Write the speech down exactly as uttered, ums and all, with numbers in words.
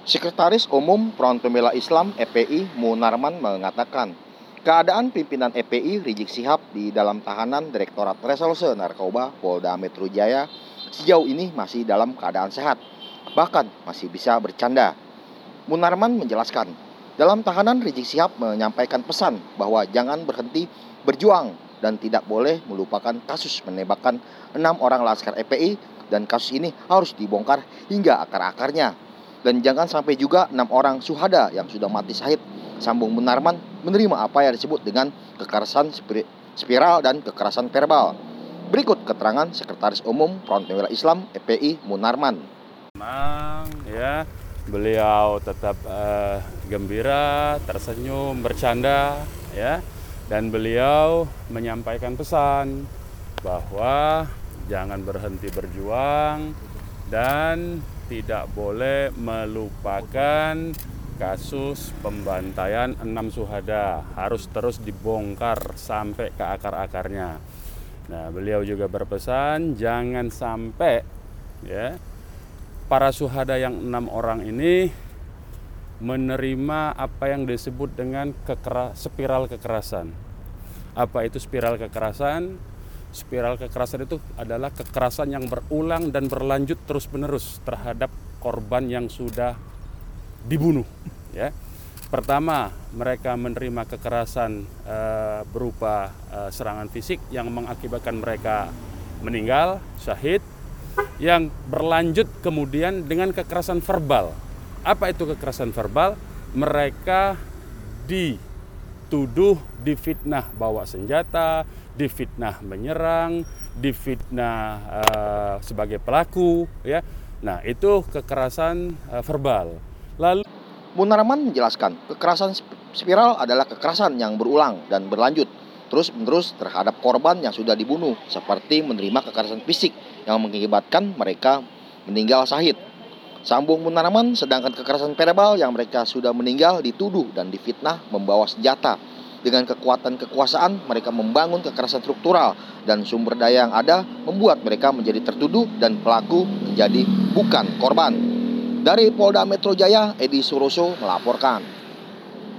Sekretaris Umum Front Pembela Islam (F P I) Munarman mengatakan, keadaan pimpinan F P I Rizik Syihab di dalam tahanan Direktorat Reserse Narkoba Polda Metro Jaya sejauh ini masih dalam keadaan sehat, bahkan masih bisa bercanda. Munarman menjelaskan, dalam tahanan Rizik Syihab menyampaikan pesan bahwa jangan berhenti berjuang dan tidak boleh melupakan kasus menembakkan enam orang laskar F P I, dan kasus ini harus dibongkar hingga akar-akarnya. Dan jangan sampai juga enam orang syuhada yang sudah mati syahid, sambung Munarman, menerima apa yang disebut dengan kekerasan spiral dan kekerasan verbal. Berikut keterangan Sekretaris Umum Front Pembela Islam F P I Munarman. Memang ya, beliau tetap uh, gembira, tersenyum, bercanda ya, dan beliau menyampaikan pesan bahwa jangan berhenti berjuang dan tidak boleh melupakan kasus pembantaian enam syuhada, harus terus dibongkar sampai ke akar-akarnya. Nah, beliau juga berpesan jangan sampai ya para syuhada yang enam orang ini menerima apa yang disebut dengan kekera, spiral kekerasan. Apa itu spiral kekerasan? Spiral kekerasan itu adalah kekerasan yang berulang dan berlanjut terus-menerus terhadap korban yang sudah dibunuh. Ya, pertama, mereka menerima kekerasan e, berupa e, serangan fisik yang mengakibatkan mereka meninggal, syahid, yang berlanjut kemudian dengan kekerasan verbal. Apa itu kekerasan verbal? Mereka dituduh, difitnah bawa senjata, difitnah menyerang, difitnah uh, sebagai pelaku, ya. Nah, itu kekerasan uh, verbal. Lalu Munarman menjelaskan, kekerasan spiral adalah kekerasan yang berulang dan berlanjut terus-menerus terhadap korban yang sudah dibunuh, seperti menerima kekerasan fisik yang mengakibatkan mereka meninggal syahid. Sambung Munarman, sedangkan kekerasan verbal yang mereka sudah meninggal dituduh dan difitnah membawa senjata. Dengan kekuatan kekuasaan, mereka membangun kekerasan struktural dan sumber daya yang ada membuat mereka menjadi tertuduh dan pelaku menjadi bukan korban. Dari Polda Metro Jaya, Edi Suroso melaporkan.